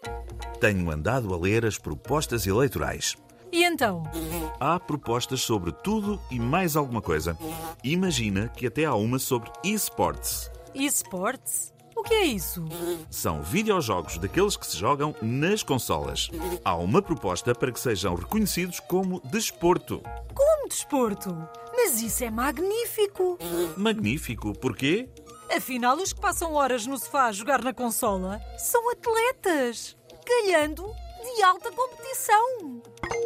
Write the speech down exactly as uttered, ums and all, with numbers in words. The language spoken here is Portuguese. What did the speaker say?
Tenho andado a ler as propostas eleitorais. E então? Há propostas sobre tudo e mais alguma coisa. Imagina que até há uma sobre eSports. eSports? O que é isso? São videojogos daqueles que se jogam nas consolas. Há uma proposta para que sejam reconhecidos como desporto. Como desporto? Mas isso é magnífico! Magnífico, porquê? Afinal, os que passam horas no sofá a jogar na consola são atletas, calhando de alta competição.